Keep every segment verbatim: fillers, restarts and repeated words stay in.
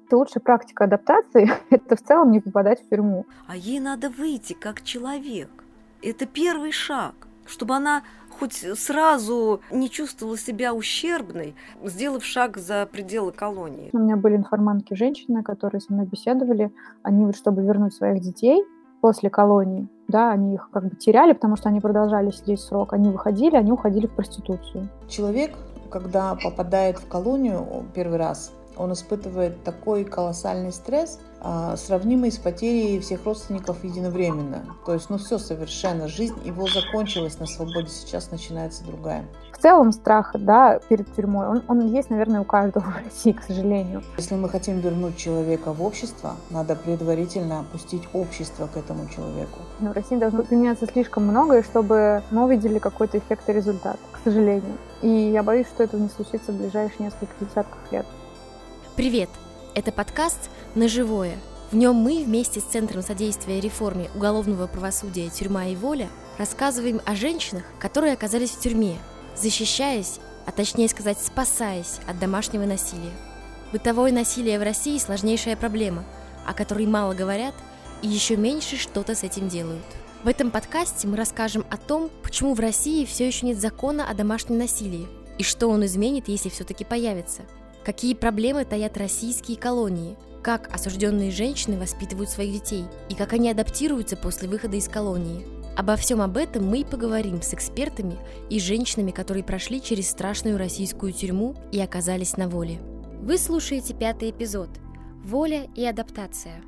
Лучшая практика адаптации– это в целом не попадать в тюрьму. А ей надо выйти как человек. Это первый шаг, чтобы она хоть сразу не чувствовала себя ущербной, сделав шаг за пределы колонии. У меня были информантки женщины, которые со мной беседовали. Они вот, чтобы вернуть своих детей после колонии, да, они их как бы теряли, потому что они продолжали сидеть срок. Они выходили, они уходили в проституцию. Человек, когда попадает в колонию первый раз, он испытывает такой колоссальный стресс, сравнимый с потерей всех родственников единовременно. То есть, ну все совершенно, жизнь его закончилась на свободе, сейчас начинается другая. В целом страх, да, перед тюрьмой, он, он есть, наверное, у каждого в России, к сожалению. Если мы хотим вернуть человека в общество, надо предварительно пустить общество к этому человеку. В России должно поменяться слишком многое, чтобы мы увидели какой-то эффект и результат, к сожалению. И я боюсь, что это не случится в ближайшие несколько десятков лет. Привет! Это подкаст «На живое». В нем мы вместе с Центром содействия реформе уголовного правосудия «Тюрьма и воля» рассказываем о женщинах, которые оказались в тюрьме, защищаясь, а точнее сказать, спасаясь от домашнего насилия. Бытовое насилие в России – сложнейшая проблема, о которой мало говорят и еще меньше что-то с этим делают. В этом подкасте мы расскажем о том, почему в России все еще нет закона о домашнем насилии и что он изменит, если все-таки появится. Какие проблемы таят российские колонии, как осужденные женщины воспитывают своих детей и как они адаптируются после выхода из колонии. Обо всем об этом мы и поговорим с экспертами и женщинами, которые прошли через страшную российскую тюрьму и оказались на воле. Вы слушаете пятый эпизод «Воля и адаптация».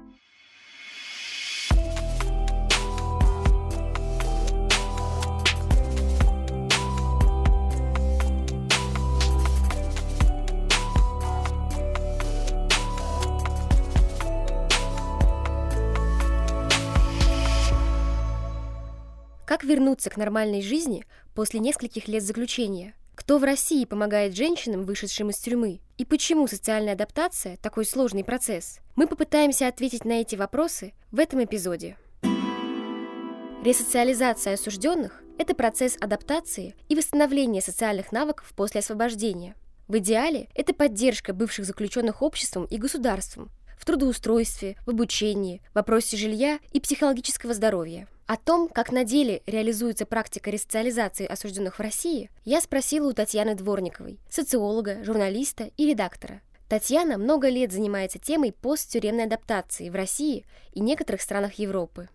Как вернуться к нормальной жизни после нескольких лет заключения? Кто в России помогает женщинам, вышедшим из тюрьмы? И почему социальная адаптация – такой сложный процесс? Мы попытаемся ответить на эти вопросы в этом эпизоде. Ресоциализация осужденных – это процесс адаптации и восстановления социальных навыков после освобождения. В идеале это поддержка бывших заключенных обществом и государством в трудоустройстве, в обучении, в вопросе жилья и психологического здоровья. О том, как на деле реализуется практика ресоциализации осужденных в России, я спросила у Татьяны Дворниковой, социолога, журналиста и редактора. Татьяна много лет занимается темой посттюремной адаптации в России и некоторых странах Европы.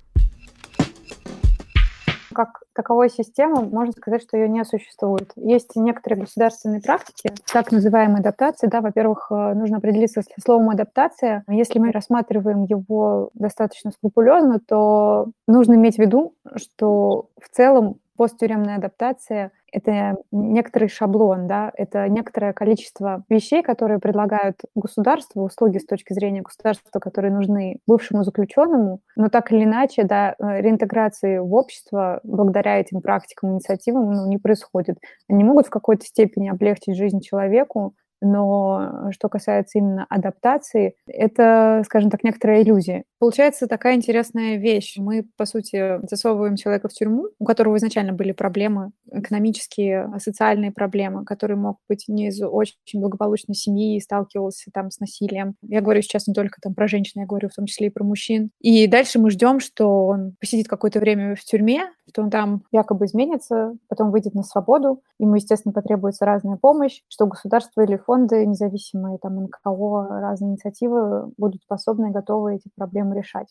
Как таковой системы, можно сказать, что ее не существует. Есть некоторые государственные практики, так называемой адаптации. Да, во-первых, нужно определиться с словом «адаптация». Если мы рассматриваем его достаточно скрупулезно, то нужно иметь в виду, что в целом посттюремная адаптация – это некоторый шаблон, да, это некоторое количество вещей, которые предлагают государству, услуги с точки зрения государства, которые нужны бывшему заключенному, но так или иначе, да, реинтеграции в общество благодаря этим практикам, инициативам ну, не происходит. Они могут в какой-то степени облегчить жизнь человеку, но что касается именно адаптации, это, скажем так, некоторая иллюзия. Получается такая интересная вещь. Мы, по сути, засовываем человека в тюрьму, у которого изначально были проблемы, экономические, социальные проблемы, который мог быть не из очень благополучной семьи и сталкивался там с насилием. Я говорю сейчас не только там про женщин, я говорю в том числе и про мужчин. И дальше мы ждем, что он посидит какое-то время в тюрьме, что он там якобы изменится, потом выйдет на свободу, ему, естественно, потребуется разная помощь, что государство или фонды независимые, там, эн ка о, разные инициативы будут способны и готовы эти проблемы решать.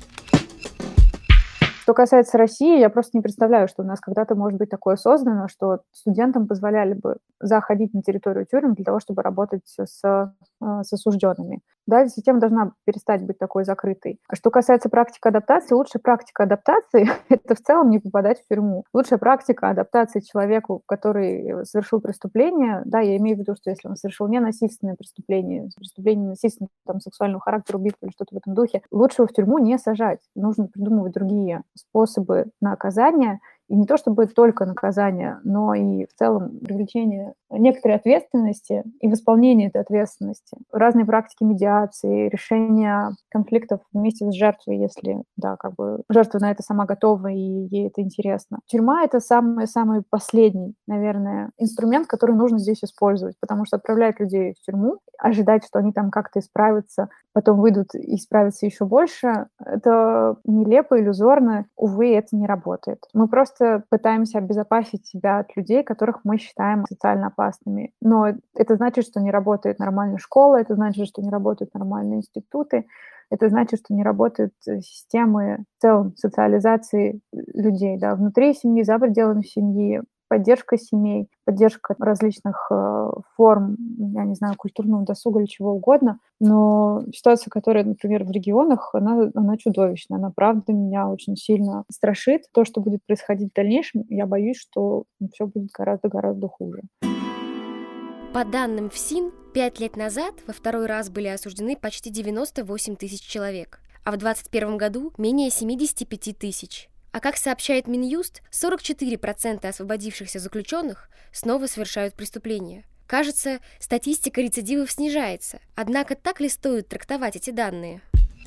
Что касается России, я просто не представляю, что у нас когда-то может быть такое создано, что студентам позволяли бы заходить на территорию тюрем для того, чтобы работать с, с осужденными. Да, система должна перестать быть такой закрытой. А что касается практики адаптации, лучшая практика адаптации – это в целом не попадать в тюрьму. Лучшая практика адаптации человеку, который совершил преступление, да, я имею в виду, что если он совершил ненасильственное преступление, преступление насильственного там, сексуального характера, убийства или что-то в этом духе, лучше его в тюрьму не сажать. Нужно придумывать другие способы наказания И не то чтобы только наказание, но и в целом привлечение некоторой ответственности и восполнение этой ответственности. Разные практики медиации, решения конфликтов вместе с жертвой, если, да, как бы жертва на это сама готова и ей это интересно. Тюрьма — это самый-самый последний, наверное, инструмент, который нужно здесь использовать, потому что отправлять людей в тюрьму, ожидать, что они там как-то исправятся, потом выйдут и исправятся еще больше, это нелепо, иллюзорно. Увы, это не работает. Мы просто пытаемся обезопасить себя от людей, которых мы считаем социально опасными. Но это значит, что не работает нормальная школа, это значит, что не работают нормальные институты, это значит, что не работают системы в целом социализации людей, да, внутри семьи, за пределами семьи, поддержка семей, поддержка различных э, форм, я не знаю, культурного досуга или чего угодно. Но ситуация, которая, например, в регионах, она, она чудовищная. Она, правда, меня очень сильно страшит. То, что будет происходить в дальнейшем, я боюсь, что все будет гораздо-гораздо хуже. По данным ФСИН, пять лет назад во второй раз были осуждены почти девяносто восемь тысяч человек, а в двадцать первом году менее семьдесят пять тысяч. А как сообщает Минюст, сорок четыре процента освободившихся заключенных снова совершают преступления. Кажется, статистика рецидивов снижается. Однако так ли стоит трактовать эти данные?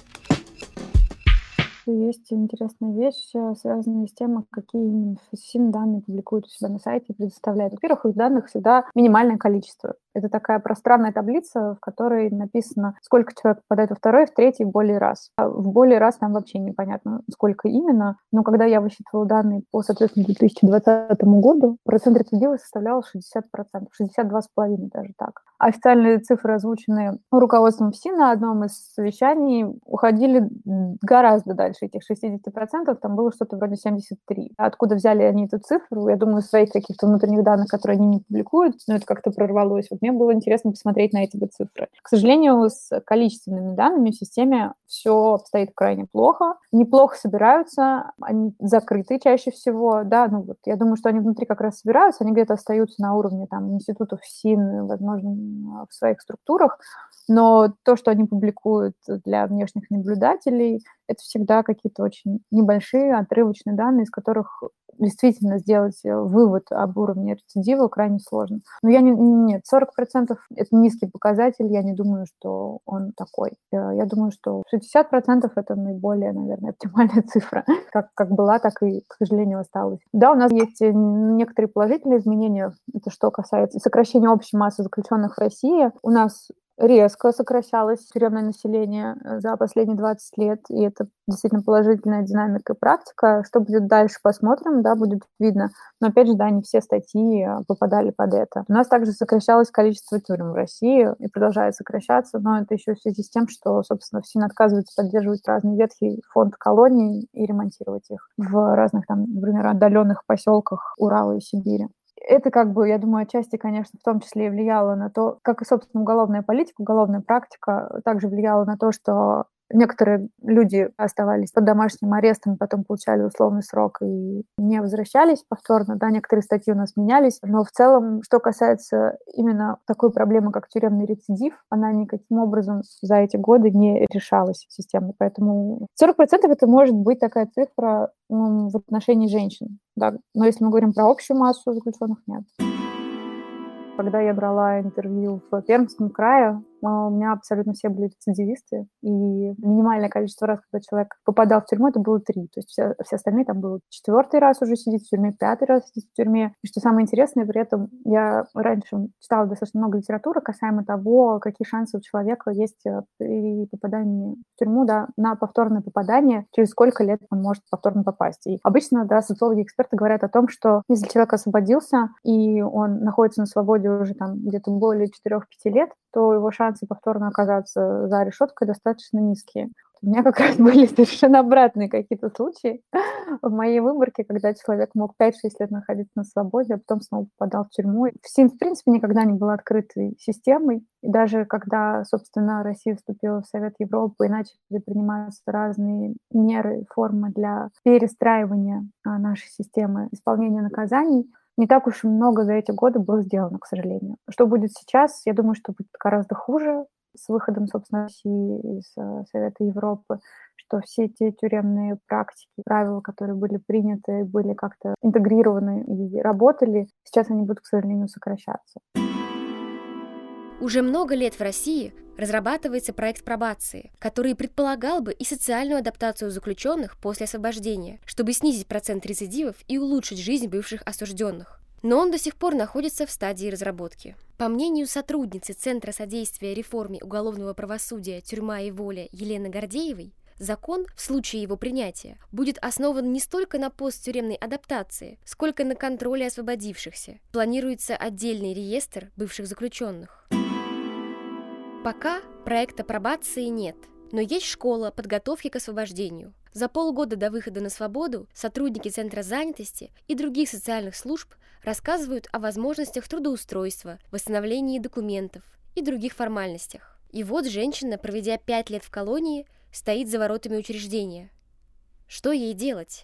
Есть интересная вещь, связанная с тем, какие именно ФСИН данные публикуют у себя на сайте и предоставляют. Во-первых, их данных всегда минимальное количество. Это такая пространная таблица, в которой написано, сколько человек попадает во второй, в третий, в более раз. А в более раз там вообще непонятно, сколько именно. Но когда я высчитывала данные по, соответственно, две тысячи двадцатому году, процент рецидива составлял шестьдесят процентов, шестьдесят два целых пять десятых процента даже так. Официальные цифры, озвученные руководством ФСИН на одном из совещаний, уходили гораздо дальше этих шестьдесят процентов, там было что-то вроде семьдесят три процента. Откуда взяли они эту цифру? Я думаю, своих каких-то внутренних данных, которые они не публикуют, но это как-то прорвалось. Вот мне было интересно посмотреть на эти цифры. К сожалению, с количественными данными в системе все обстоит крайне плохо. Неплохо собираются, они закрыты чаще всего. Да, ну вот, я думаю, что они внутри как раз собираются, они где-то остаются на уровне там, институтов ФСИН, возможно, в своих структурах, но то, что они публикуют для внешних наблюдателей, это всегда какие-то очень небольшие отрывочные данные, из которых действительно сделать вывод об уровне рецидива крайне сложно. Но я не... Нет, сорок процентов – это низкий показатель, я не думаю, что он такой. Я думаю, что шестьдесят процентов – это наиболее, наверное, оптимальная цифра. Как, как была, так и, к сожалению, осталась. Да, у нас есть некоторые положительные изменения. Это что касается сокращения общей массы заключенных в России. У нас резко сокращалось тюремное население за последние двадцать лет, и это действительно положительная динамика и практика. Что будет дальше, посмотрим, да, будет видно. Но, опять же, да, не все статьи попадали под это. У нас также сокращалось количество тюрем в России и продолжает сокращаться, но это еще в связи с тем, что, собственно, ФСИН отказывается поддерживать разный ветхий фонд колоний и ремонтировать их в разных, там, например, отдаленных поселках Урала и Сибири. Это, как бы, я думаю, отчасти, конечно, в том числе и влияло на то, как и, собственно, уголовная политика, уголовная практика также влияла на то, что некоторые люди оставались под домашним арестом, потом получали условный срок и не возвращались повторно. Да, некоторые статьи у нас менялись. Но в целом, что касается именно такой проблемы, как тюремный рецидив, она никаким образом за эти годы не решалась системно. Поэтому сорок процентов это может быть такая цифра ну, в отношении женщин. Да. Но если мы говорим про общую массу заключенных, нет. Когда я брала интервью в Пермском крае, у меня абсолютно все были рецидивисты, и минимальное количество раз, когда человек попадал в тюрьму, это было три. То есть все, все остальные там было четвертый раз уже сидеть в тюрьме, пятый раз сидеть в тюрьме. И что самое интересное, при этом я раньше читала достаточно много литературы касаемо того, какие шансы у человека есть при попадании в тюрьму, да, на повторное попадание, через сколько лет он может повторно попасть. И обычно, да, социологи и эксперты говорят о том, что если человек освободился, и он находится на свободе уже там где-то более четырех-пяти лет, то его шансы повторно оказаться за решеткой достаточно низкие. У меня как раз были совершенно обратные какие-то случаи в моей выборке, когда человек мог пять-шесть лет находиться на свободе, а потом снова попадал в тюрьму. ФСИН, в принципе, никогда не была открытой системой. И даже когда, собственно, Россия вступила в Совет Европы и начали приниматься разные меры, формы для перестраивания нашей системы исполнения наказаний, не так уж и много за эти годы было сделано, к сожалению. Что будет сейчас? Я думаю, что будет гораздо хуже. с выходом, собственно, России из э, Совета Европы, что все те тюремные практики, правила, которые были приняты, были как-то интегрированы и работали, сейчас они будут, к сожалению, сокращаться. Уже много лет в России разрабатывается проект пробации, который предполагал бы и социальную адаптацию заключенных после освобождения, чтобы снизить процент рецидивов и улучшить жизнь бывших осужденных. Но он до сих пор находится в стадии разработки. По мнению сотрудницы Центра содействия реформе уголовного правосудия «Тюрьма и воля» Елены Гордеевой, закон, в случае его принятия, будет основан не столько на посттюремной адаптации, сколько на контроле освободившихся. Планируется отдельный реестр бывших заключенных. Пока проекта пробации нет, но есть школа подготовки к освобождению. За полгода до выхода на свободу сотрудники Центра занятости и других социальных служб рассказывают о возможностях трудоустройства, восстановлении документов и других формальностях. И вот женщина, проведя пять лет в колонии, стоит за воротами учреждения. Что ей делать?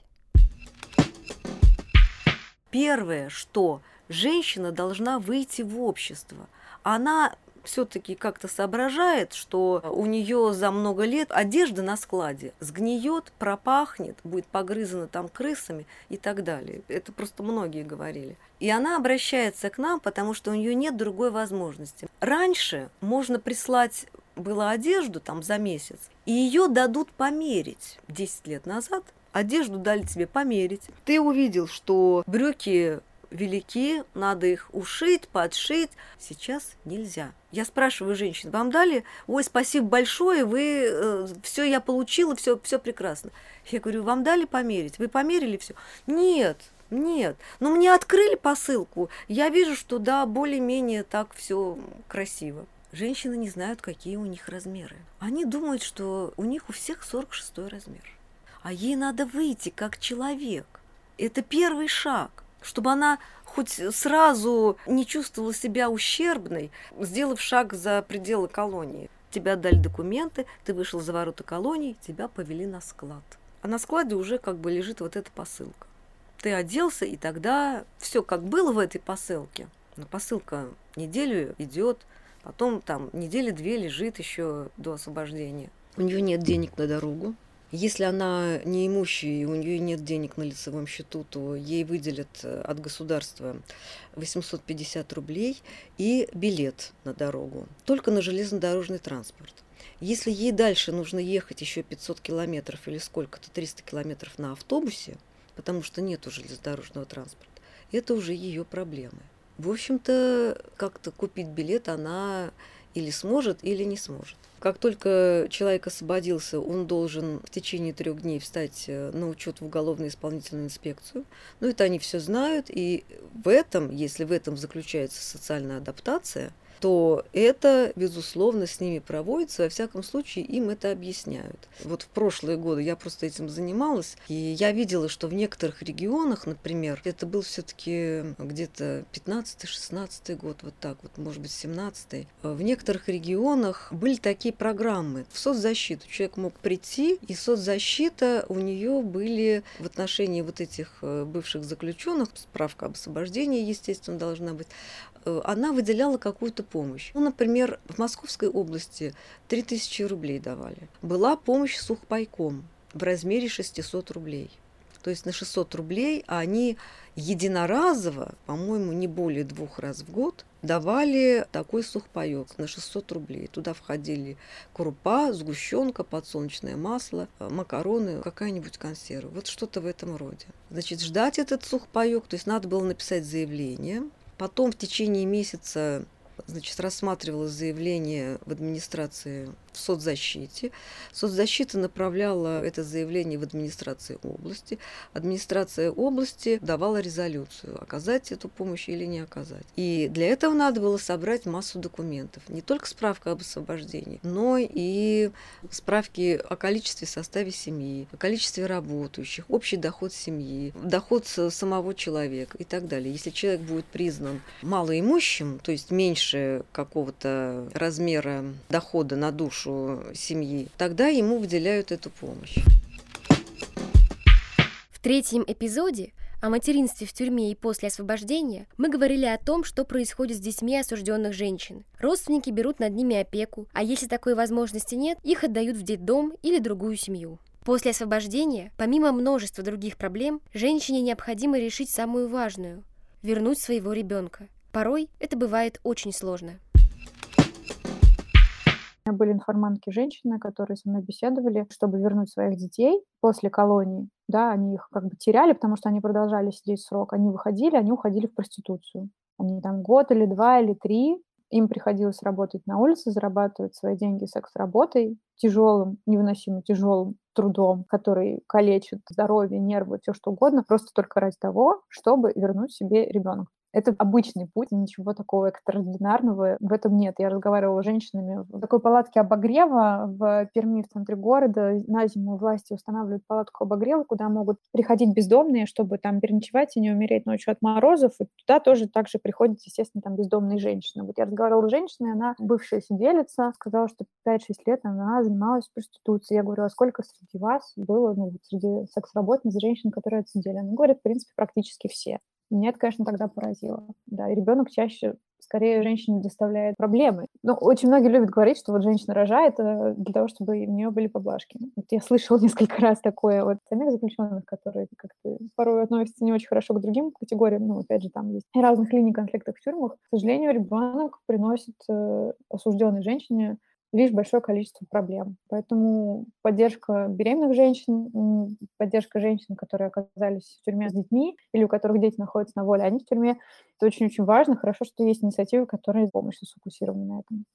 Первое, что женщина должна выйти в общество. Она все-таки как-то соображает, что у нее за много лет одежда на складе сгниет, пропахнет, будет погрызана там крысами и так далее. Это просто многие говорили. И она обращается к нам, потому что у нее нет другой возможности. Раньше можно прислать было одежду там за месяц, и ее дадут померить. десять лет назад одежду дали тебе померить. Ты увидел, что брюки велики, надо их ушить, подшить. Сейчас нельзя. Я спрашиваю женщин, вам дали? Ой, спасибо большое, вы э, все я получила, все, все прекрасно. Я говорю, вам дали померить? Вы померили все? Нет, нет. Но мне открыли посылку. Я вижу, что да, более-менее так все красиво. Женщины не знают, какие у них размеры. Они думают, что у них у всех сорок шестой размер. А ей надо выйти как человек. Это первый шаг. Чтобы она хоть сразу не чувствовала себя ущербной, сделав шаг за пределы колонии. Тебя дали документы, ты вышел за ворота колонии, тебя повели на склад. А на складе уже как бы лежит вот эта посылка. Ты оделся, и тогда все как было в этой посылке. Но посылка неделю идет, потом там недели-две лежит еще до освобождения. У нее нет денег на дорогу. Если она неимущая и у нее нет денег на лицевом счету, то ей выделят от государства восемьсот пятьдесят рублей и билет на дорогу, только на железнодорожный транспорт. Если ей дальше нужно ехать еще пятьсот километров или сколько-то, триста километров на автобусе, потому что нет железнодорожного транспорта, это уже ее проблемы. В общем-то, как-то купить билет она или сможет, или не сможет. Как только человек освободился, он должен в течение трех дней встать на учет в уголовную исполнительную инспекцию. Ну, это они все знают, и в этом, если в этом заключается социальная адаптация, то это, безусловно, с ними проводится, во всяком случае, им это объясняют. Вот в прошлые годы я просто этим занималась, и я видела, что в некоторых регионах, например, это был все-таки где-то пятнадцатый-шестнадцатый год, вот так вот, может быть, семнадцатый, в некоторых регионах были такие программы в соцзащиту. Человек мог прийти, и соцзащита у нее были в отношении вот этих бывших заключенных, справка об освобождении, естественно, должна быть, она выделяла какую-то помощь. Ну, например, в Московской области три тысячи рублей давали. Была помощь сухпайком в размере шестьсот рублей. То есть на шестьсот рублей они единоразово, по-моему, не более двух раз в год, давали такой сухпайок на шестьсот рублей. Туда входили крупа, сгущенка, подсолнечное масло, макароны, какая-нибудь консерва. Вот что-то в этом роде. Значит, ждать этот сухпайок, то есть надо было написать заявление. Потом в течение месяца, значит, рассматривалось заявление в администрации в соцзащите. Соцзащита направляла это заявление в администрацию области. Администрация области давала резолюцию, оказать эту помощь или не оказать. И для этого надо было собрать массу документов. Не только справка об освобождении, но и справки о количестве, составе семьи, о количестве работающих, общий доход семьи, доход самого человека и так далее. Если человек будет признан малоимущим, то есть меньше какого-то размера дохода на душу семьи, тогда ему выделяют эту помощь. В третьем эпизоде О материнстве в тюрьме и после освобождения мы говорили о том, что происходит с детьми осужденных женщин. Родственники берут над ними опеку, а если такой возможности нет, их отдают в детдом или другую семью. После освобождения, помимо множества других проблем, женщине необходимо решить самую важную – вернуть своего ребенка. Порой это бывает очень сложно. У меня были информантки женщины, которые со мной беседовали, чтобы вернуть своих детей после колонии. Да, они их как бы теряли, потому что они продолжали сидеть срок. Они выходили, они уходили в проституцию. Они там год или два или три. Им приходилось работать на улице, зарабатывать свои деньги секс-работой, тяжелым, невыносимо тяжелым трудом, который калечит здоровье, нервы, все что угодно, просто только ради того, чтобы вернуть себе ребенка. Это обычный путь, ничего такого экстраординарного в этом нет. Я разговаривала с женщинами в такой палатке обогрева в Перми, в центре города. На зиму власти устанавливают палатку обогрева, куда могут приходить бездомные, чтобы там переночевать и не умереть ночью от морозов. И туда тоже также приходят, естественно, там бездомные женщины. Вот я разговаривала с женщиной, она бывшая сиделица, сказала, что пять-шесть лет она занималась проституцией. Я говорю, а сколько среди вас было, ну, среди секс-работниц женщин, которые отсидели? Она говорит, в принципе, практически все. Меня это, конечно, тогда поразило. Да, и ребенок чаще, скорее, женщине доставляет проблемы. Но очень многие любят говорить, что вот женщина рожает для того, чтобы у нее были поблажки. Вот я слышала несколько раз такое от самих заключенных, которые как-то порой относятся не очень хорошо к другим категориям. Ну, опять же, там есть и разных линий конфликтов в тюрьмах. К сожалению, ребенок приносит э, осужденной женщине лишь большое количество проблем. Поэтому поддержка беременных женщин, поддержка женщин, которые оказались в тюрьме с детьми или у которых дети находятся на воле, они в тюрьме, это очень-очень важно. Хорошо, что есть инициативы, которые полностью сфокусированы на этом.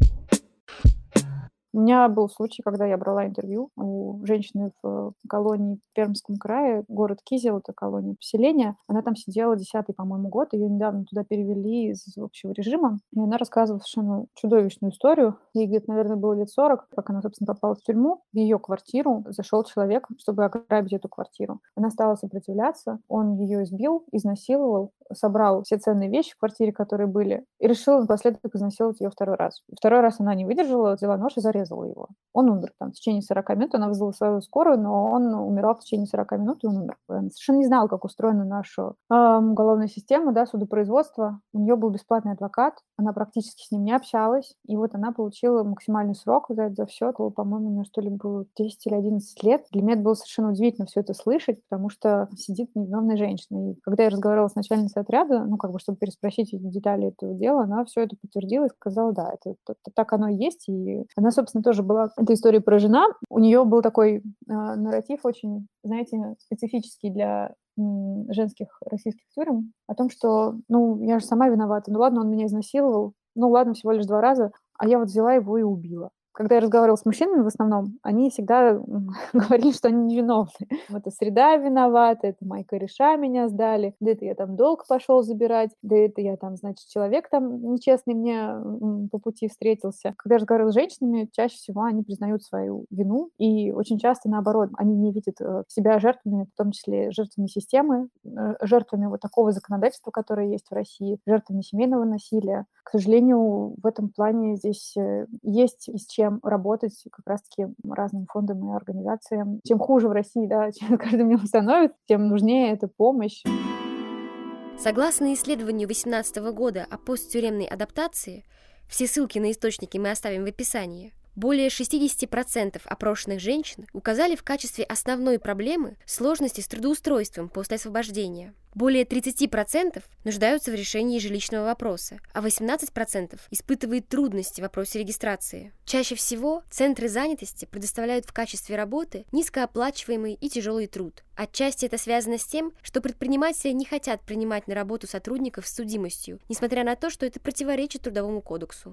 У меня был случай, когда я брала интервью у женщины в колонии в Пермском крае, город Кизел, это колония поселения. Она там сидела десятый, по-моему, год, ее недавно туда перевели из общего режима, и она рассказывала совершенно чудовищную историю. Ей, где-то, наверное, было лет сорок, как она, собственно, попала в тюрьму. В ее квартиру зашел человек, чтобы ограбить эту квартиру. Она стала сопротивляться, он ее избил, изнасиловал, собрал все ценные вещи в квартире, которые были, и решил напоследок изнасиловать ее второй раз. Второй раз она не выдержала, взяла нож и зарезала его. Он умер там в течение сорока минут, она вызвала свою скорую, но он умирал в течение сорока минут, и он умер. Он совершенно не знал, как устроена наша э, уголовная система, да, судопроизводство. У нее был бесплатный адвокат, она практически с ним не общалась, и вот она получила максимальный срок за это, за все. По-моему, у нее что ли было десять или одиннадцать лет. Для меня это было совершенно удивительно все это слышать, потому что сидит невиновная женщина. И когда я разговаривала с начальницей отряда, ну, как бы, чтобы переспросить детали этого дела, она все это подтвердила и сказала, да, это, это, это так оно и есть. И она, собственно, тоже была этой историей поражена. У нее был такой э, нарратив очень, знаете, специфический для м, женских российских тюрем о том, что, ну, я же сама виновата, ну, ладно, он меня изнасиловал, ну, ладно, всего лишь два раза, а я вот взяла его и убила. Когда я разговаривала с мужчинами в основном, они всегда говорили, что они невиновны. Это среда виновата, это мои кореша меня сдали, да это я там долг пошел забирать, да это я там, значит, человек там нечестный мне по пути встретился. Когда я разговаривала с женщинами, чаще всего они признают свою вину, и очень часто, наоборот, они не видят себя жертвами, в том числе жертвами системы, жертвами вот такого законодательства, которое есть в России, жертвами семейного насилия. К сожалению, в этом плане здесь есть и с чем работать как раз-таки разным фондам и организациям. Чем хуже в России, да, чем каждым днем становится, тем нужнее эта помощь. Согласно исследованию две тысячи восемнадцатого года о посттюремной адаптации, все ссылки на источники мы оставим в описании, более шестьдесят процентов опрошенных женщин указали в качестве основной проблемы сложности с трудоустройством после освобождения. Более тридцать процентов нуждаются в решении жилищного вопроса, а восемнадцать процентов испытывают трудности в вопросе регистрации. Чаще всего центры занятости предоставляют в качестве работы низкооплачиваемый и тяжелый труд. Отчасти это связано с тем, что предприниматели не хотят принимать на работу сотрудников с судимостью, несмотря на то, что это противоречит Трудовому кодексу.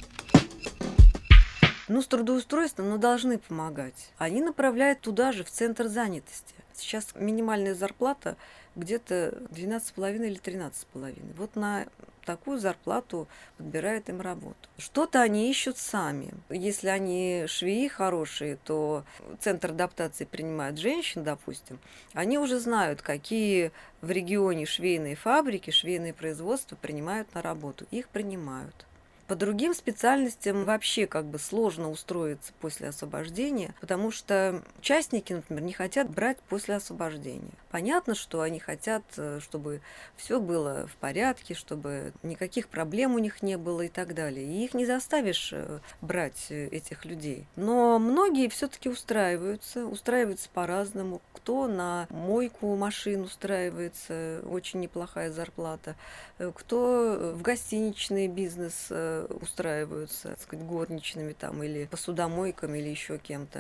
Ну, с трудоустройством, но должны помогать. Они направляют туда же, в центр занятости. Сейчас минимальная зарплата где-то двенадцать с половиной или тринадцать с половиной. Вот на такую зарплату подбирают им работу. Что-то они ищут сами. Если они швеи хорошие, то центр адаптации принимает женщин, допустим. Они уже знают, какие в регионе швейные фабрики, швейные производства принимают на работу. Их принимают. По другим специальностям вообще как бы сложно устроиться после освобождения, потому что участники, например, не хотят брать после освобождения. Понятно, что они хотят, чтобы все было в порядке, чтобы никаких проблем у них не было и так далее. И их не заставишь брать, этих людей. Но многие все-таки устраиваются, устраиваются по-разному. Кто на мойку машин устраивается, очень неплохая зарплата, кто в гостиничный бизнес устраиваются, так сказать, горничными там или посудомойками или еще кем-то.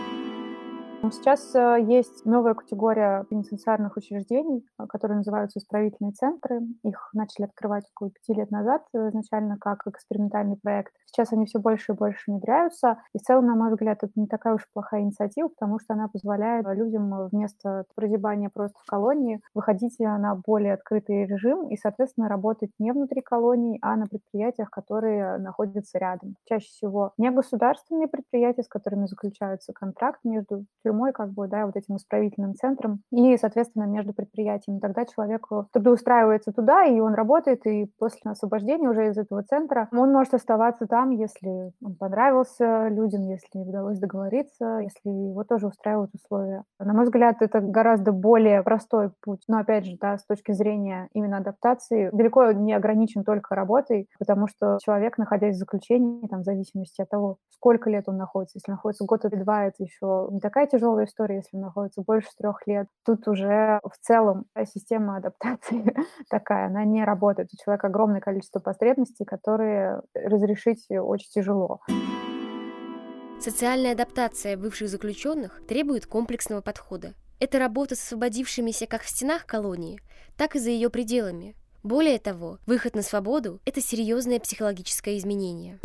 Сейчас есть новая категория пенитенциарных учреждений, которые называются исправительные центры. Их начали открывать около пяти лет назад, изначально как экспериментальный проект. Сейчас они все больше и больше внедряются. И в целом, на мой взгляд, это не такая уж плохая инициатива, потому что она позволяет людям вместо прозябания просто в колонии выходить на более открытый режим и, соответственно, работать не внутри колоний, а на предприятиях, которые находятся рядом. Чаще всего не государственные предприятия, с которыми заключаются контракт между тюрьмой, как бы, да, вот этим исправительным центром, и, соответственно, между предприятиями. Тогда человек трудоустраивается туда, и он работает, и после освобождения уже из этого центра он может оставаться там, если он понравился людям, если удалось договориться, если его тоже устраивают условия. На мой взгляд, это гораздо более простой путь. Но, опять же, да, с точки зрения именно адаптации, далеко не ограничен только работой, потому что человек, находясь в заключении, там, в зависимости от того, сколько лет он находится, если находится год или два, это еще не такая тяжелая история, если он находится больше трех лет. Тут уже в целом система адаптации такая, она не работает. У человека огромное количество потребностей, которые разрешить очень тяжело. Социальная адаптация бывших заключенных требует комплексного подхода. Это работа с освободившимися как в стенах колонии, так и за ее пределами. Более того, выход на свободу – это серьезное психологическое изменение.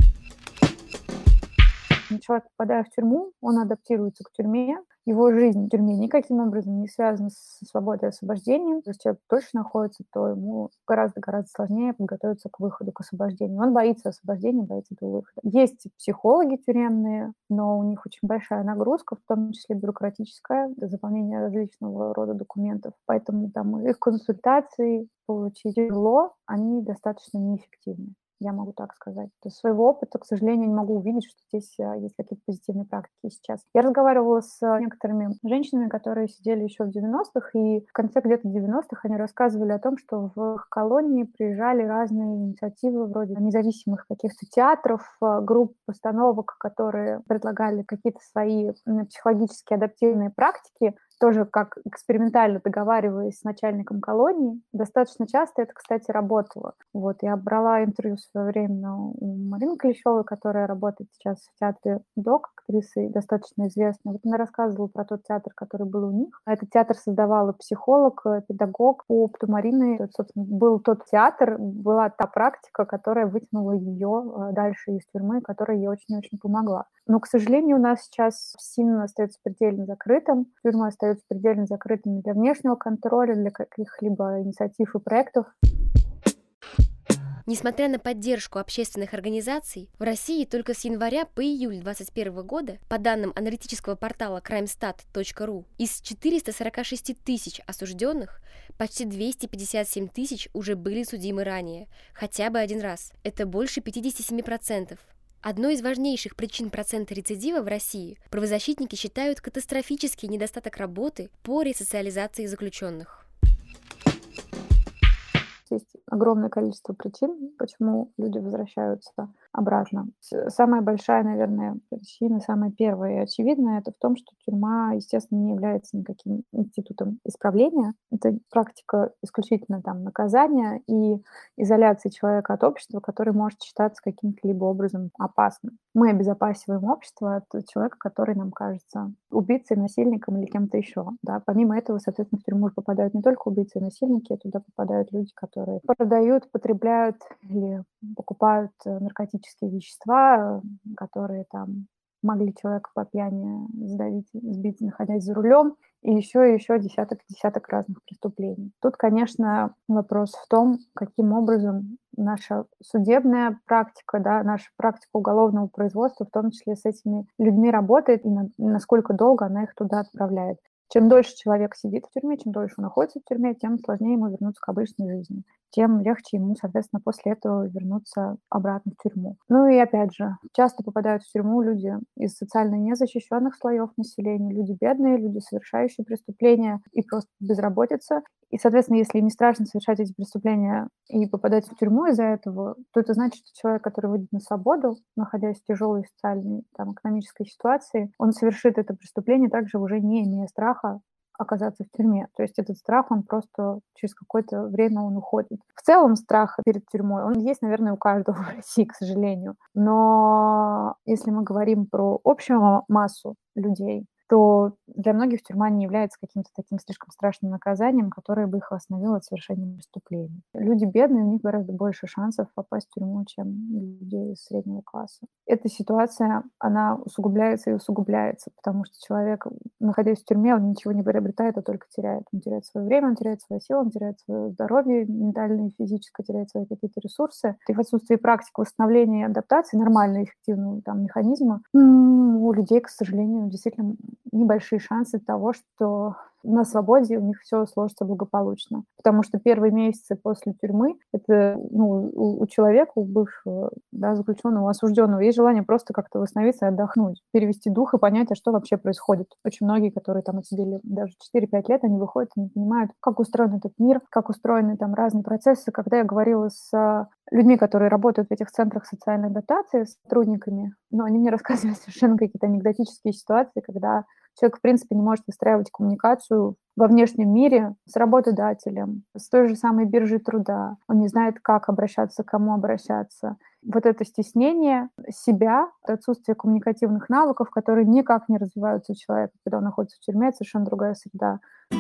Человек, попадая в тюрьму, он адаптируется к тюрьме. Его жизнь в тюрьме никаким образом не связана с свободой и освобождением. Если человек точно находится, то ему гораздо-гораздо сложнее подготовиться к выходу, к освобождению. Он боится освобождения, боится этого выхода. Есть психологи тюремные, но у них очень большая нагрузка, в том числе бюрократическая, для заполнения различного рода документов. Поэтому там их консультации получить тяжело, они достаточно неэффективны. Я могу так сказать. Из своего опыта, к сожалению, не могу увидеть, что здесь есть какие-то позитивные практики сейчас. Я разговаривала с некоторыми женщинами, которые сидели еще в девяностых, и в конце где-то девяностых они рассказывали о том, что в их колонии приезжали разные инициативы вроде независимых каких-то театров, групп, постановок, которые предлагали какие-то свои психологически адаптивные практики, тоже как экспериментально договариваясь с начальником колонии. Достаточно часто это, кстати, работало. Вот, я брала интервью в свое время у Марины Клещевой, которая работает сейчас в театре ДОК, актрисой, достаточно известной. Вот она рассказывала про тот театр, который был у них. Этот театр создавала психолог, педагог. По опыту Марины, это, собственно, был тот театр, была та практика, которая вытянула ее дальше из тюрьмы, которая ей очень-очень помогла. Но, к сожалению, у нас сейчас СИН остается предельно закрытым, тюрьма остается предельно закрытыми для внешнего контроля, для каких-либо инициатив и проектов. Несмотря на поддержку общественных организаций, в России только с января по июль две тысячи двадцать первого года, по данным аналитического портала краймстат точка ру, из четырёхсот сорока шести тысяч осужденных почти двести пятьдесят семь тысяч уже были судимы ранее, хотя бы один раз. Это больше пятьдесят семь процентов. Одной из важнейших причин процента рецидива в России правозащитники считают катастрофический недостаток работы по ресоциализации заключенных. Есть огромное количество причин, почему люди возвращаются обратно. Самая большая, наверное, причина, самая первая и очевидная, это в том, что тюрьма, естественно, не является никаким институтом исправления. Это практика исключительно там наказания и изоляции человека от общества, который может считаться каким-то либо образом опасным. Мы обезопасиваем общество от человека, который нам кажется убийцей, насильником или кем-то еще. Да? Помимо этого, соответственно, в тюрьму попадают не только убийцы и насильники, туда попадают люди, которые продают, потребляют или покупают наркотические вещества, которые там могли человека по пьяни сдавить, сбить, находясь за рулем, и еще и еще десяток десяток разных преступлений. Тут, конечно, вопрос в том, каким образом наша судебная практика, да, наша практика уголовного производства, в том числе с этими людьми работает, и на, насколько долго она их туда отправляет. Чем дольше человек сидит в тюрьме, чем дольше он находится в тюрьме, тем сложнее ему вернуться к обычной жизни. тем легче ему, соответственно, после этого вернуться обратно в тюрьму. Ну и опять же, часто попадают в тюрьму люди из социально незащищенных слоев населения, люди бедные, люди, совершающие преступления и просто безработица. И, соответственно, если им не страшно совершать эти преступления и попадать в тюрьму из-за этого, то это значит, что человек, который выйдет на свободу, находясь в тяжелой социальной, там, экономической ситуации, он совершит это преступление также уже не имея страха оказаться в тюрьме. То есть этот страх, он просто через какое-то время он уходит. В целом страх перед тюрьмой, он есть, наверное, у каждого в России, к сожалению. Но если мы говорим про общую массу людей, то для многих тюрьма не является каким-то таким слишком страшным наказанием, которое бы их остановило от совершения преступлений. Люди бедные, у них гораздо больше шансов попасть в тюрьму, чем людей из среднего класса. Эта ситуация, она усугубляется и усугубляется, потому что человек, находясь в тюрьме, он ничего не приобретает, а только теряет. Он теряет свое время, он теряет свою силу, он теряет свое здоровье ментальное и физическое, теряет свои какие-то ресурсы. И в отсутствии практик восстановления и адаптации, нормального эффективного там, механизма, у людей, к сожалению, действительно небольшие шансы того, что на свободе у них все сложится благополучно. Потому что первые месяцы после тюрьмы это ну, у, у человека, у бывшего да, заключенного, осужденного, есть желание просто как-то восстановиться и отдохнуть, перевести дух и понять, а что вообще происходит. Очень многие, которые там отсидели даже четыре-пять лет, они выходят и не понимают, как устроен этот мир, как устроены там разные процессы. Когда я говорила с людьми, которые работают в этих центрах социальной адаптации, с сотрудниками, но они мне рассказывали совершенно какие-то анекдотические ситуации, когда человек, в принципе, не может выстраивать коммуникацию во внешнем мире с работодателем, с той же самой биржей труда. Он не знает, как обращаться, к кому обращаться. Вот это стеснение себя, отсутствие коммуникативных навыков, которые никак не развиваются у человека, когда он находится в тюрьме, это совершенно другая среда.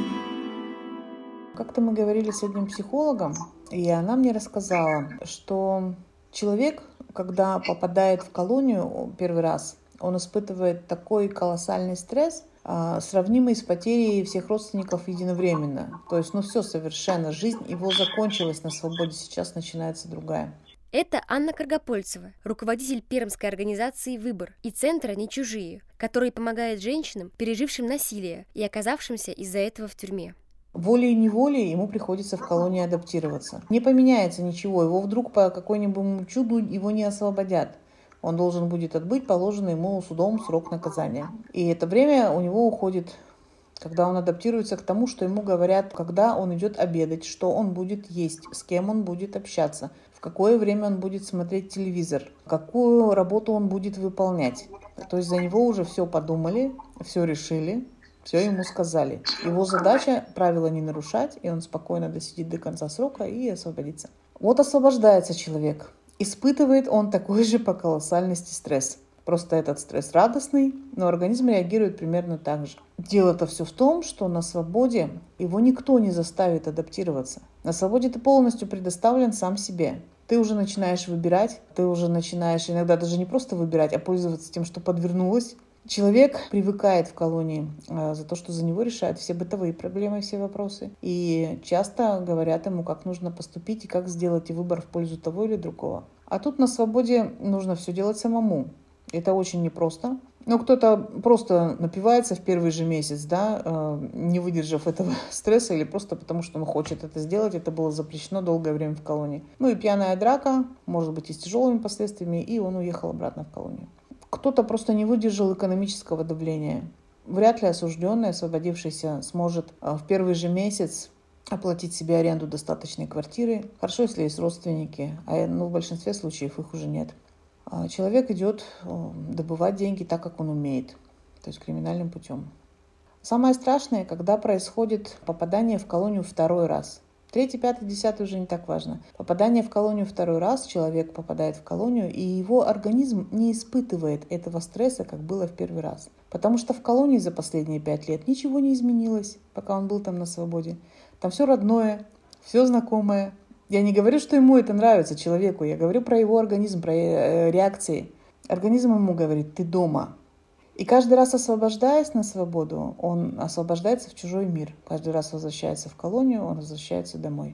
Как-то мы говорили с одним психологом, и она мне рассказала, что человек, когда попадает в колонию первый раз, он испытывает такой колоссальный стресс, сравнимый с потерей всех родственников единовременно. То есть, ну все совершенно, жизнь его закончилась на свободе, сейчас начинается другая. Это Анна Каргопольцева, руководитель пермской организации «Выбор» и центра «Не чужие», который помогает женщинам, пережившим насилие и оказавшимся из-за этого в тюрьме. Волей-неволей ему приходится в колонии адаптироваться. Не поменяется ничего, его вдруг по какому-нибудь чуду его не освободят. Он должен будет отбыть положенный ему судом срок наказания. И это время у него уходит, когда он адаптируется к тому, что ему говорят, когда он идет обедать, что он будет есть, с кем он будет общаться, в какое время он будет смотреть телевизор, какую работу он будет выполнять. То есть за него уже все подумали, все решили, все ему сказали. Его задача правила не нарушать, и он спокойно досидит до конца срока и освободится. Вот освобождается человек. Испытывает он такой же по колоссальности стресс. Просто этот стресс радостный, но организм реагирует примерно так же. Дело-то все в том, что на свободе его никто не заставит адаптироваться. На свободе ты полностью предоставлен сам себе. Ты уже начинаешь выбирать, ты уже начинаешь иногда даже не просто выбирать, а пользоваться тем, что подвернулось. Человек привыкает в колонии э, за то, что за него решают все бытовые проблемы, все вопросы. И часто говорят ему, как нужно поступить и как сделать выбор в пользу того или другого. А тут на свободе нужно все делать самому. Это очень непросто. Ну, кто-то просто напивается в первый же месяц, да, э, не выдержав этого стресса или просто потому, что он хочет это сделать. Это было запрещено долгое время в колонии. Ну и пьяная драка, может быть, и с тяжелыми последствиями, и он уехал обратно в колонию. Кто-то просто не выдержал экономического давления. Вряд ли осужденный, освободившийся, сможет в первый же месяц оплатить себе аренду достаточной квартиры. Хорошо, если есть родственники, а ну, в большинстве случаев их уже нет. Человек идет добывать деньги так, как он умеет, то есть криминальным путем. Самое страшное, когда происходит попадание в колонию второй раз. Третий, пятый, десятый уже не так важно. Попадание в колонию второй раз, человек попадает в колонию, и его организм не испытывает этого стресса, как было в первый раз. Потому что в колонии за последние пять лет ничего не изменилось, пока он был там на свободе. Там все родное, все знакомое. Я не говорю, что ему это нравится, человеку. Я говорю про его организм, про реакции. Организм ему говорит: ты дома. И каждый раз, освобождаясь на свободу, он освобождается в чужой мир. Каждый раз возвращается в колонию, он возвращается домой.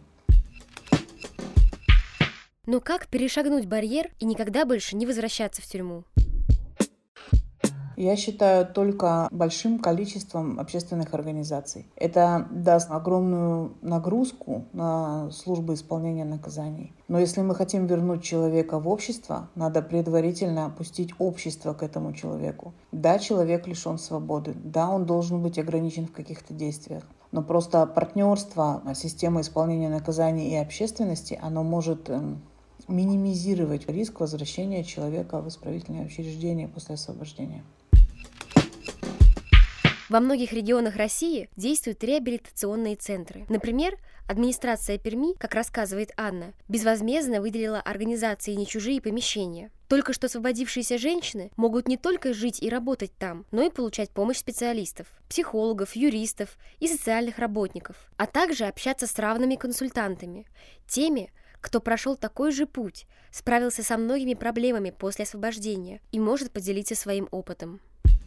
Но как перешагнуть барьер и никогда больше не возвращаться в тюрьму? Я считаю, только большим количеством общественных организаций. Это даст огромную нагрузку на службы исполнения наказаний. Но если мы хотим вернуть человека в общество, надо предварительно пустить общество к этому человеку. Да, человек лишен свободы, да, он должен быть ограничен в каких-то действиях. Но просто партнерство системы исполнения наказаний и общественности, оно может минимизировать риск возвращения человека в исправительное учреждение после освобождения. Во многих регионах России действуют реабилитационные центры. Например, администрация Перми, как рассказывает Анна, безвозмездно выделила организации «Не чужие» помещения. Только что освободившиеся женщины могут не только жить и работать там, но и получать помощь специалистов, психологов, юристов и социальных работников, а также общаться с равными консультантами, теми, кто прошел такой же путь, справился со многими проблемами после освобождения и может поделиться своим опытом.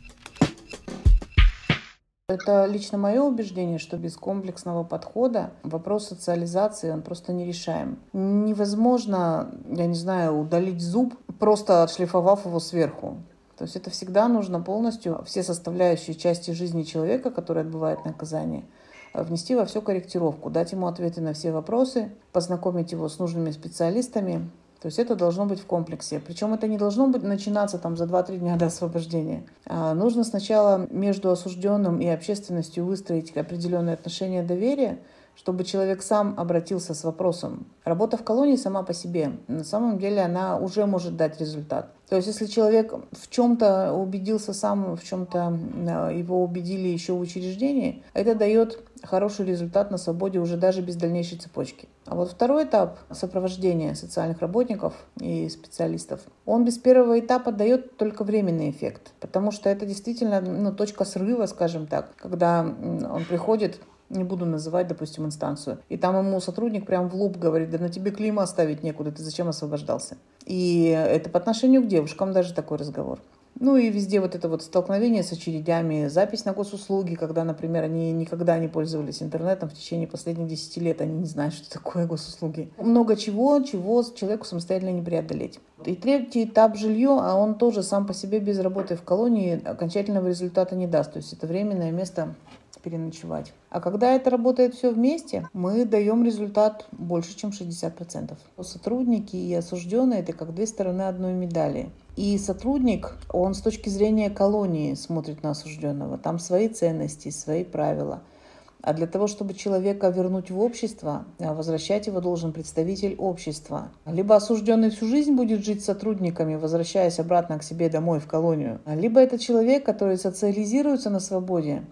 Это лично мое убеждение, что без комплексного подхода вопрос социализации, он просто нерешаем. Невозможно, я не знаю, удалить зуб, просто отшлифовав его сверху. То есть это всегда нужно полностью все составляющие части жизни человека, который отбывает наказание, внести во всю корректировку, дать ему ответы на все вопросы, познакомить его с нужными специалистами. То есть это должно быть в комплексе. Причем это не должно быть начинаться там за два-три дня до освобождения. А нужно сначала между осужденным и общественностью выстроить определенные отношения доверия, чтобы человек сам обратился с вопросом. Работа в колонии сама по себе, на самом деле, она уже может дать результат. То есть если человек в чем-то убедился сам, в чем-то его убедили еще в учреждении, это дает хороший результат на свободе уже даже без дальнейшей цепочки. А вот второй этап сопровождения социальных работников и специалистов, он без первого этапа дает только временный эффект, потому что это действительно ну, точка срыва, скажем так, когда он приходит, не буду называть, допустим, инстанцию, и там ему сотрудник прям в лоб говорит: да на тебе клейма ставить некуда, ты зачем освобождался? И это по отношению к девушкам даже такой разговор. Ну и везде вот это вот столкновение с очередями, запись на госуслуги, когда, например, они никогда не пользовались интернетом в течение последних десяти лет, они не знают, что такое госуслуги. Много чего, чего человеку самостоятельно не преодолеть. И третий этап — жилье, а он тоже сам по себе без работы в колонии окончательного результата не даст. То есть это временное место переночевать. А когда это работает все вместе, мы даем результат больше, чем шестьдесят процентов. Сотрудники и осужденные — это как две стороны одной медали. И сотрудник, он с точки зрения колонии смотрит на осужденного. Там свои ценности, свои правила. А для того, чтобы человека вернуть в общество, возвращать его должен представитель общества. Либо осужденный всю жизнь будет жить с сотрудниками, возвращаясь обратно к себе домой в колонию. Либо это человек, который социализируется на свободе,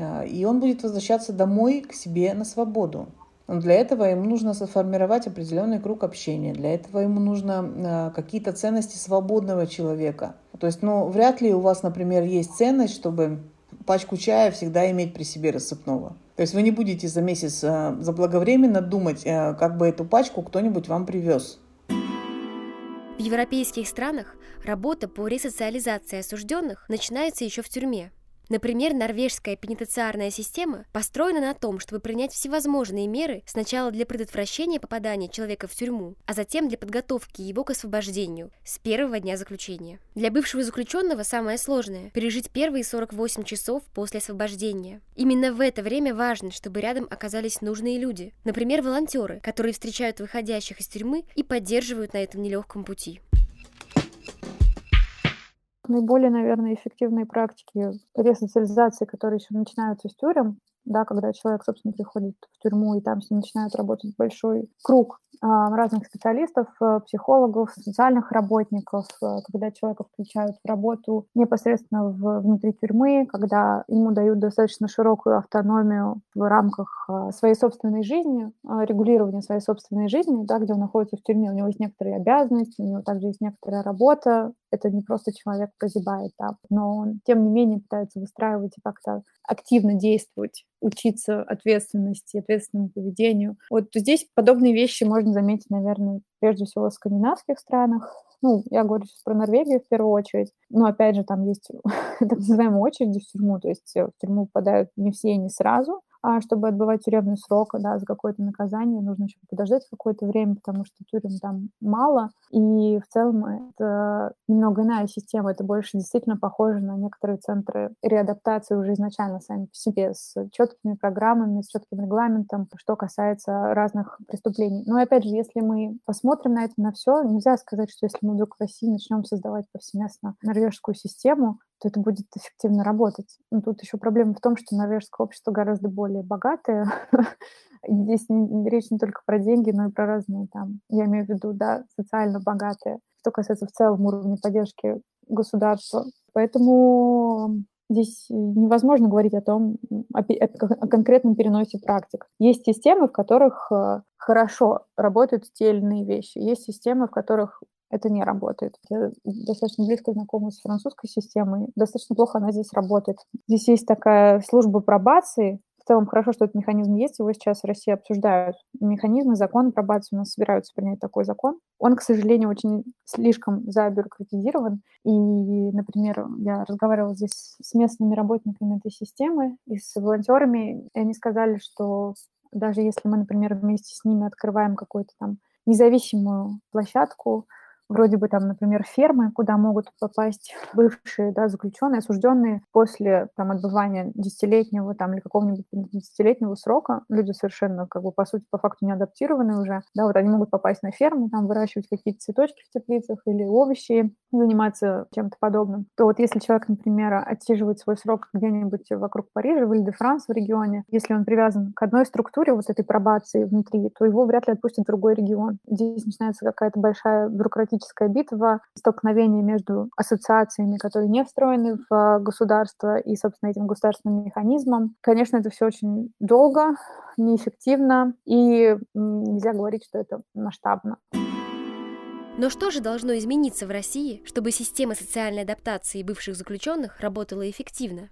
и он будет возвращаться домой к себе на свободу. Но для этого ему нужно сформировать определенный круг общения. Для этого ему нужно какие-то ценности свободного человека. То есть, ну, вряд ли у вас, например, есть ценность, чтобы пачку чая всегда иметь при себе рассыпного. То есть вы не будете за месяц заблаговременно думать, как бы эту пачку кто-нибудь вам привез. В европейских странах работа по ресоциализации осужденных начинается еще в тюрьме. Например, норвежская пенитенциарная система построена на том, чтобы принять всевозможные меры сначала для предотвращения попадания человека в тюрьму, а затем для подготовки его к освобождению с первого дня заключения. Для бывшего заключенного самое сложное – пережить первые сорок восемь часов после освобождения. Именно в это время важно, чтобы рядом оказались нужные люди, например, волонтеры, которые встречают выходящих из тюрьмы и поддерживают на этом нелегком пути. Наиболее, наверное, эффективные практики ресоциализации, которые еще начинаются с тюрем, да, когда человек, собственно, приходит в тюрьму, и там с ним начинает работать большой круг а, разных специалистов, психологов, социальных работников, а, когда человека включают в работу непосредственно в, внутри тюрьмы, когда ему дают достаточно широкую автономию в рамках а, своей собственной жизни, а, регулирования своей собственной жизни, да, где он находится в тюрьме, у него есть некоторые обязанности, у него также есть некоторая работа. Это не просто человек прозябает, да, но он, тем не менее, пытается выстраивать и как-то активно действовать, учиться ответственности, ответственному поведению. Вот здесь подобные вещи можно заметить, наверное, прежде всего в скандинавских странах. Ну, я говорю сейчас про Норвегию в первую очередь. Но, опять же, там есть так называемые очереди в тюрьму, то есть в тюрьму попадают не все и не сразу. А чтобы отбывать тюремный срок, да, за какое-то наказание, нужно еще подождать какое-то время, потому что тюрем там мало. И в целом это немного иная система. Это больше действительно похоже на некоторые центры реадаптации уже изначально сами по себе, с четкими программами, с четким регламентом, что касается разных преступлений. Но опять же, если мы посмотрим на это, на все, нельзя сказать, что если мы вдруг в России начнем создавать повсеместно норвежскую систему, то это будет эффективно работать. Но тут еще проблема в том, что норвежское общество гораздо более богатое. Здесь не, речь не только про деньги, но и про разные там, я имею в виду, да, социально богатые, что касается в целом уровня поддержки государства. Поэтому здесь невозможно говорить о том, о, о конкретном переносе практик. Есть системы, в которых хорошо работают те или иные вещи. Есть системы, в которых это не работает. Я достаточно близко знакома с французской системой. Достаточно плохо она здесь работает. Здесь есть такая служба пробации. В целом хорошо, что этот механизм есть. Его сейчас в России обсуждают. Механизмы, закон пробации. У нас собираются принять такой закон. Он, к сожалению, очень слишком забюрократизирован. И, например, я разговаривала здесь с местными работниками этой системы и с волонтерами, и они сказали, что даже если мы, например, вместе с ними открываем какую-то там независимую площадку, вроде бы там, например, фермы, куда могут попасть бывшие, да, заключенные, осужденные после там отбывания десятилетнего там или какого-нибудь пятнадцатилетнего срока, люди совершенно, как бы, по сути, по факту не адаптированные уже, да, вот они могут попасть на ферму, там выращивать какие-то цветочки в теплицах или овощи, заниматься чем-то подобным. То вот если человек, например, отсиживает свой срок где-нибудь вокруг Парижа, в Иль-де-Франс, в регионе, если он привязан к одной структуре вот этой пробации внутри, то его вряд ли отпустят в другой регион. Здесь начинается какая-то большая бюрократическая битва, столкновение между ассоциациями, которые не встроены в государство, и, собственно, этим государственным механизмом. Конечно, это все очень долго, неэффективно, и нельзя говорить, что это масштабно. Но что же должно измениться в России, чтобы система социальной адаптации бывших заключенных работала эффективно?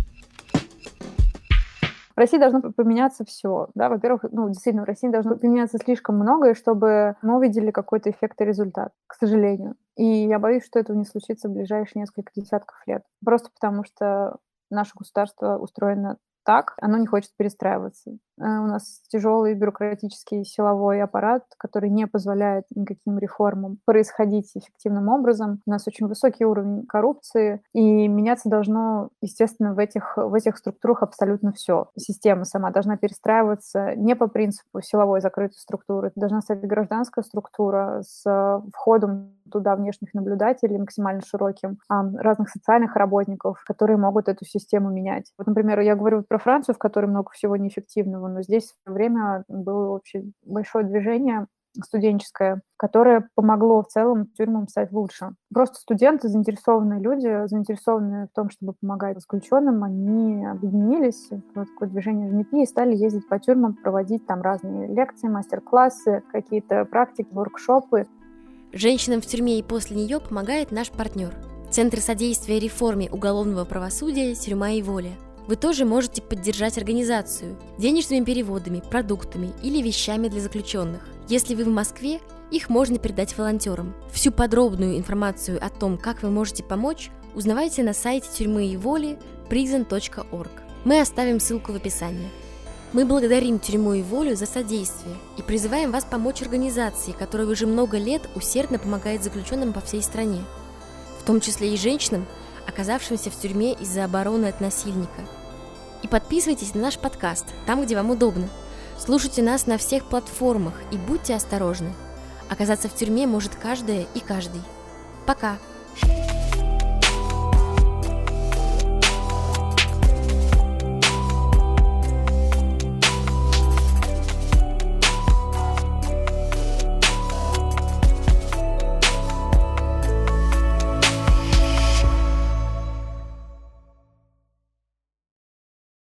В России должно поменяться все. Да? Во-первых, ну, действительно, в России должно поменяться слишком многое, чтобы мы увидели какой-то эффект и результат, к сожалению. И я боюсь, что этого не случится в ближайшие несколько десятков лет. Просто потому что наше государство устроено так, оно не хочет перестраиваться. У нас тяжелый бюрократический силовой аппарат, который не позволяет никаким реформам происходить эффективным образом. У нас очень высокий уровень коррупции, и меняться должно, естественно, в этих, в этих структурах абсолютно все. Система сама должна перестраиваться не по принципу силовой закрытой структуры. Это должна стать гражданская структура с входом туда внешних наблюдателей максимально широким, разных социальных работников, которые могут эту систему менять. Вот, например, я говорю про Францию, в которой много всего неэффективного, но здесь в свое время было вообще большое движение студенческое, которое помогло в целом тюрьмам стать лучше. Просто студенты, заинтересованные люди, заинтересованные в том, чтобы помогать заключенным, они объединились в такое движение эн пи и стали ездить по тюрьмам, проводить там разные лекции, мастер-классы, какие-то практики, воркшопы. Женщинам в тюрьме и после нее помогает наш партнер – Центр содействия реформе уголовного правосудия «Тюрьма и воля». Вы тоже можете поддержать организацию денежными переводами, продуктами или вещами для заключенных. Если вы в Москве, их можно передать волонтерам. Всю подробную информацию о том, как вы можете помочь, узнавайте на сайте тюрьмы и воли призон точка орг. Мы оставим ссылку в описании. Мы благодарим Тюрьму и волю за содействие и призываем вас помочь организации, которая уже много лет усердно помогает заключенным по всей стране, в том числе и женщинам, оказавшимся в тюрьме из-за обороны от насильника. И подписывайтесь на наш подкаст, там, где вам удобно. Слушайте нас на всех платформах и будьте осторожны. Оказаться в тюрьме может каждая и каждый. Пока!